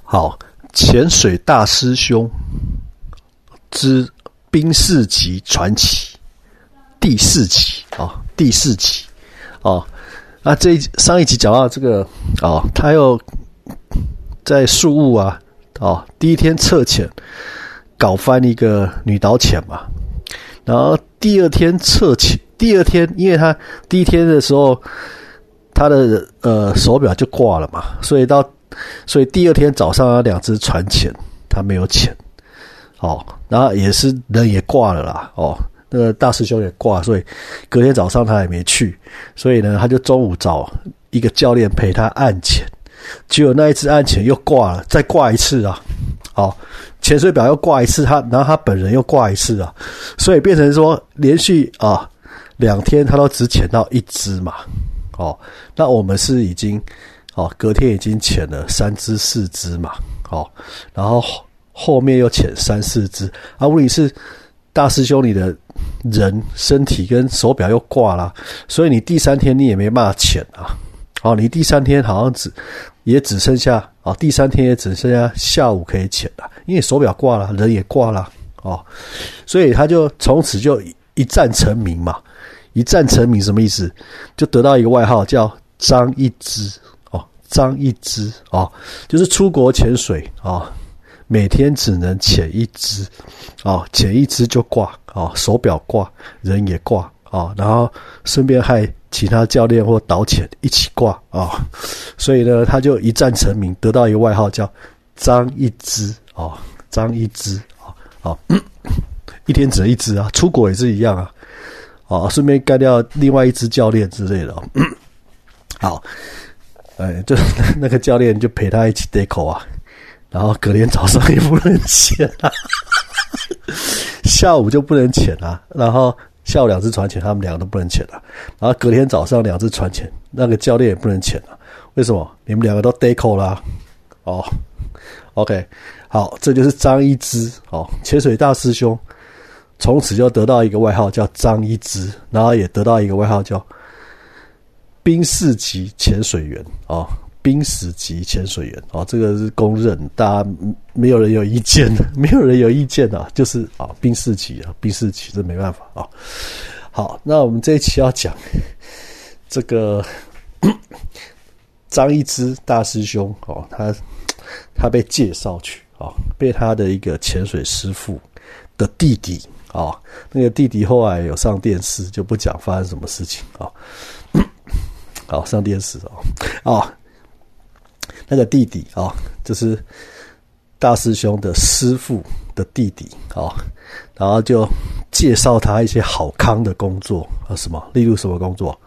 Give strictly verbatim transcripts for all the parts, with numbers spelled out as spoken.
好，潜水大师兄之冰士级传奇第四集啊、哦，第四集哦。那这一上一集讲到这个哦，他又在宿务啊哦，第一天测潜搞翻一个女导潜嘛，然后第二天测潜，第二天因为他第一天的时候他的呃手表就挂了嘛，所以到所以第二天早上他两只船潜他没有潜哦，然后也是人也挂了啦哦。那个大师兄也挂，所以隔天早上他也没去，所以呢，他就中午找一个教练陪他岸潜，结果那一次岸潜又挂了，再挂一次啊，哦，潜水表又挂一次，他然后他本人又挂一次啊，所以变成说连续啊两天他都只潜到一只嘛，哦，那我们是已经哦隔天已经潜了三只四只嘛，哦，然后后面又潜三四只，啊，问题是大师兄你的人身体跟手表又挂了，所以你第三天你也没办法潜啊。哦，你第三天好像只也只剩下哦，第三天也只剩下下午可以潜了，因为手表挂了，人也挂了哦，所以他就从此就一战成名嘛。一战成名什么意思？就得到一个外号叫张一之哦，张一之哦，就是出国潜水哦。每天只能潜一只，哦，潜一只就挂，哦，手表挂，人也挂，哦，然后顺便害其他教练或导潜一起挂，哦，所以呢，他就一战成名，得到一个外号叫张一只，哦，张一只，哦，哦，一天只能一只啊，出国也是一样啊，哦，顺便干掉另外一只教练之类的，哦，好，哎，就那个教练就陪他一起 deco 啊。然后隔天早上也不能潜啊，下午就不能潜啊，然后下午两只船潜，他们两个都不能潜啊，然后隔天早上两只船潜，那个教练也不能潜啊，为什么？你们两个都 deco 啦，哦 ，OK， 好，这就是张一之哦，潜水大师兄，从此就得到一个外号叫张一之，然后也得到一个外号叫冰士级潜水员哦。濒死级潜水员哦，这个是公认，大家没有人有意见的，没有人有意见啊，就是啊，濒死级啊，濒死级，这没办法啊。好，那我们这一期要讲这个张一之大师兄哦，他他被介绍去哦，被他的一个潜水师傅的弟弟哦，那个弟弟后来有上电视，就不讲发生什么事情啊。好，上电视哦，哦。那个弟弟啊、哦，就是大师兄的师傅的弟弟啊、哦，然后就介绍他一些好康的工作啊，什么，例如什么工作？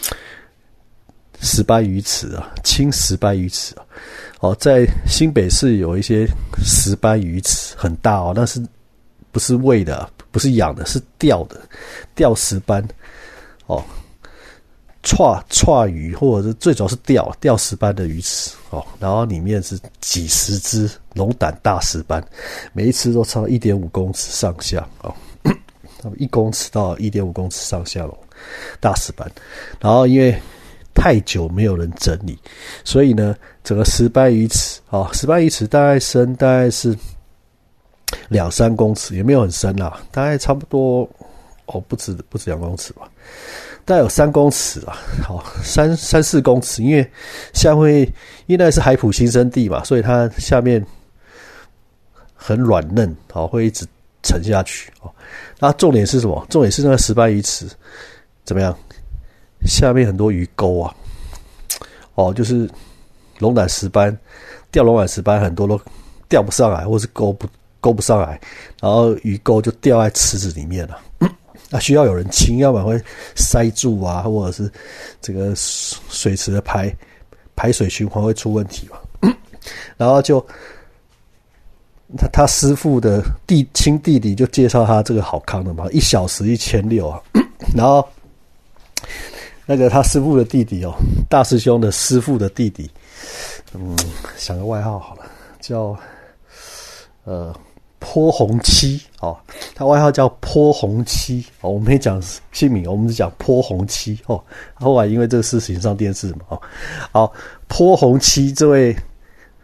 石斑鱼池啊，清石斑鱼池啊，哦，在新北市有一些石斑鱼池，很大哦，那是不是喂的？不是养的，是钓的，钓石斑哦。串串鱼，或者是最主要是钓钓石斑的鱼池哦，然后里面是几十只龙胆大石斑，每一只都长一点五公尺上下哦，他们一公尺到一点五公尺上下龙大石斑，然后因为太久没有人整理，所以呢，整个石斑鱼池哦，石斑鱼池大概深大概是两三公尺，也没有很深啦，大概差不多哦，不止不止两公尺吧。大概有三公尺啊，好，三三四公尺，因为下面因为那是海埔新生地嘛，所以它下面很软嫩，好，会一直沉下去哦。那重点是什么？重点是那个石斑鱼池怎么样？下面很多鱼钩啊，哦，就是龙胆石斑，钓龙胆石斑很多都钓不上来，或是勾不勾不上来，然后鱼钩就掉在池子里面了。那需要有人清，要不然会塞住啊，或者是这个水池的排排水循环会出问题嘛。然后就他他师傅的弟亲弟弟就介绍他这个好康的嘛，一小时一千六啊。然后那个他师傅的弟弟哦，大师兄的师傅的弟弟，嗯，想个外号好了，叫呃。坡红七哦，他外号叫坡红七哦，我们没讲姓名，我们只讲坡红七哦。后来因为这个事情上电视嘛哦，好，坡红七这位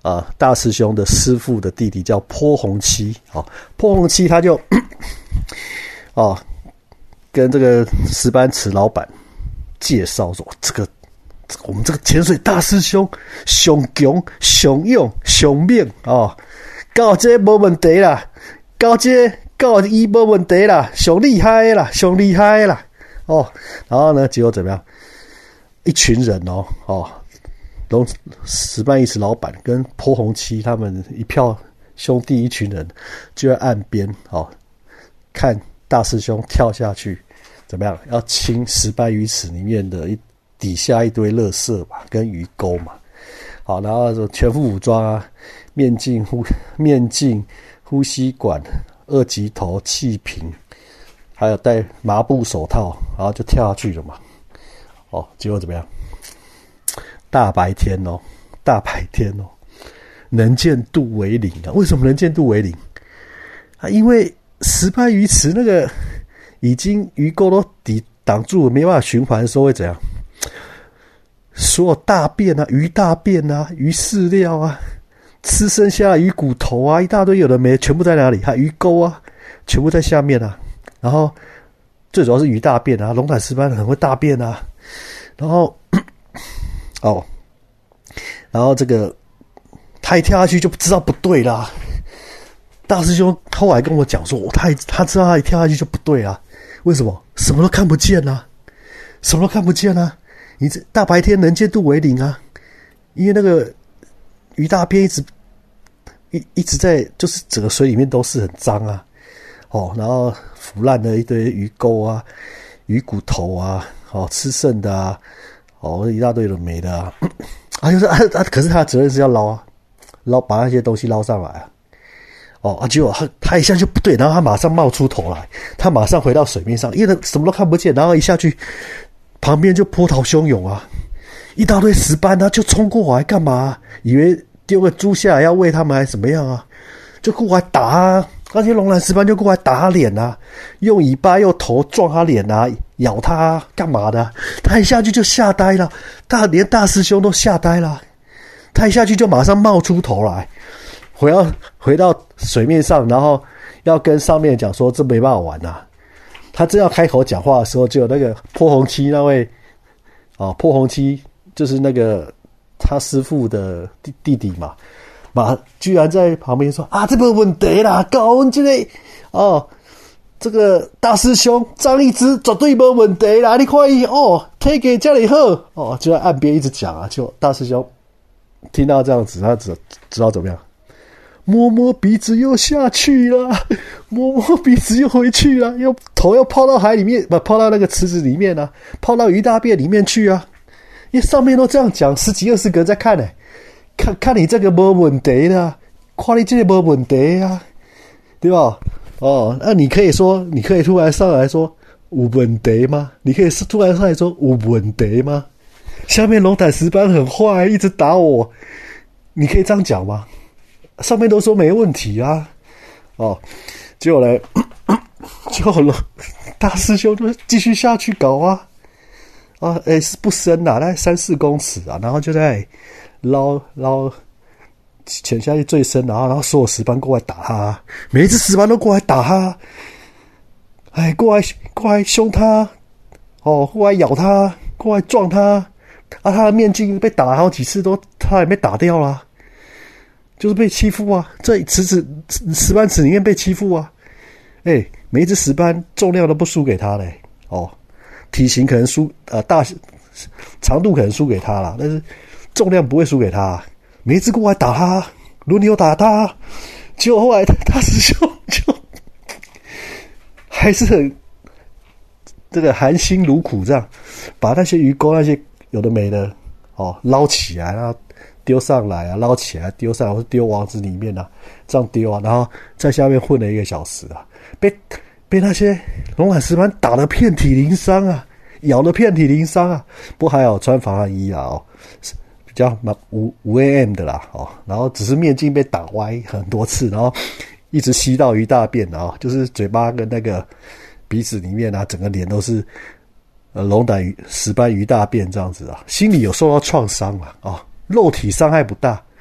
啊，大师兄的师父的弟弟叫坡洪七，哦，坡洪七他就哦跟这个石斑池老板介绍说，这个我们这个潜水大师兄上强、上勇、上猛哦，到这没问题啦，到这到伊没问题啦，上厉害的啦，上厉害的啦，哦，然后呢，结果怎么样？一群人哦，哦。龙石斑鱼池老板跟坡洪七他们一票兄弟一群人就在岸边哦，看大师兄跳下去怎么样？要清石斑鱼池里面的一底下一堆垃圾嘛，跟鱼钩嘛。好，然后全副武装啊，面镜、呼面镜、呼吸管、二级头、气瓶，还有戴麻布手套，然后就跳下去了嘛。哦，结果怎么样？大白天哦，大白天哦，能见度为零啊！为什么能见度为零啊？因为石斑鱼池那个已经鱼钩都抵挡住了，没办法循环的时候会怎样？所有大便啊，鱼大便啊，鱼饲料啊，吃剩下的鱼骨头啊，一大堆有的没，全部在哪里？还有鱼钩啊，全部在下面啊。然后最主要是鱼大便啊，龙胆石斑很会大便啊。然后。哦，然后这个他一跳下去就知道不对啦。大师兄后来跟我讲说，他他知道他一跳下去就不对啦。为什么？什么都看不见啊，什么都看不见啊！你这大白天能见度为零啊，因为那个鱼大便一直一一直在，就是整个水里面都是很脏啊。哦，然后腐烂的一堆鱼钩啊、鱼骨头啊，哦，吃剩的啊。哦，一大堆的没的啊，啊，就是啊啊，可是他的责任是要捞啊，捞把那些东西捞上来啊，哦啊，结果他他一下就不对，然后他马上冒出头来，他马上回到水面上，因为他什么都看不见，然后一下去，旁边就波涛汹涌啊，一大堆石斑啊，就冲过来干嘛、啊？以为丢个猪下来要喂他们还是怎么样啊？就过来打啊！那些龙胆石斑就过来打他脸啊，用尾巴用头撞他脸啊，咬他啊，干嘛的、啊？他一下去就吓呆了，大连大师兄都吓呆了。他一下去就马上冒出头来，回到回到水面上，然后要跟上面讲说这没办法玩啊。他正要开口讲话的时候，就有那个坡洪七那位哦，坡洪七就是那个他师父的弟弟弟嘛。马居然在旁边说啊，这没问题啦，搞我们这个哦，这个大师兄张力之绝对没问题啦，你看伊哦，体格这里好哦，就在岸边一直讲啊，就大师兄听到这样子，他只知道怎么样，摸摸鼻子又下去了，摸摸鼻子又回去了，又头又泡到海里面，不泡到那个池子里面啊，泡到鱼大便里面去啊，因为上面都这样讲，十几二十个人在看呢、欸。看看你这个没问题的，看你这个没问题啊，对吧？哦，那你可以说，你可以突然上来说有问题吗？你可以突然上来说有问题吗？下面龙胆石斑很坏，一直打我，你可以这样讲吗？上面都说没问题啊，哦，结果呢，结果了，大师兄就继续下去搞啊，啊，诶，是不深啊，大概三四公尺啊，然后就在。捞捞潜下去最深，然后然后所有石斑过来打他，每一只石斑都过来打他，哎，过来过来凶他，哦，过来咬他，过来撞他，啊，他的面镜被打了好几次都，他也被打掉了，就是被欺负啊，在池子石斑池里面被欺负啊，哎，每一只石斑重量都不输给他嘞，哦，体型可能输呃大长度可能输给他啦，但是。重量不会输给他，每一只过来打他，轮流打他，结果后来大师兄就还是很这个含辛茹苦这样，把那些鱼钩那些有的没的哦捞起来，然后丢上来啊，捞起来丢上来，或是丢网子里面啊，这样丢啊，然后在下面混了一个小时啊，被被那些龙胆石斑打得遍体鳞伤啊，咬得遍体鳞伤啊，不过还好穿防寒衣啊哦。叫五五 A M 的啦，哦，然后只是面镜被打歪很多次，然后一直吸到鱼大便啊，就是嘴巴跟那个鼻子里面啊，整个脸都是呃龙胆石斑鱼大便这样子啊，心里有受到创伤嘛，哦，肉体伤害不大，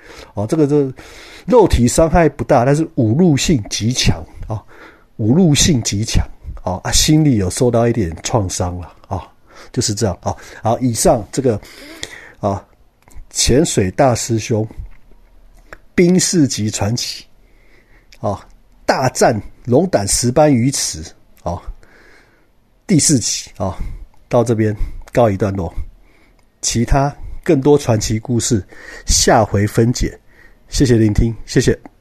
哦，这个这肉体伤害不大，但是侮辱性极强啊，侮辱性极强啊啊，心里有受到一点创伤了啊，就是这样啊。好，以上这个啊，潜水大师兄冰释级传奇啊，大战龙胆石斑鱼池啊，第四集啊，到这边告一段落，其他更多传奇故事下回分解。谢谢聆听，谢谢。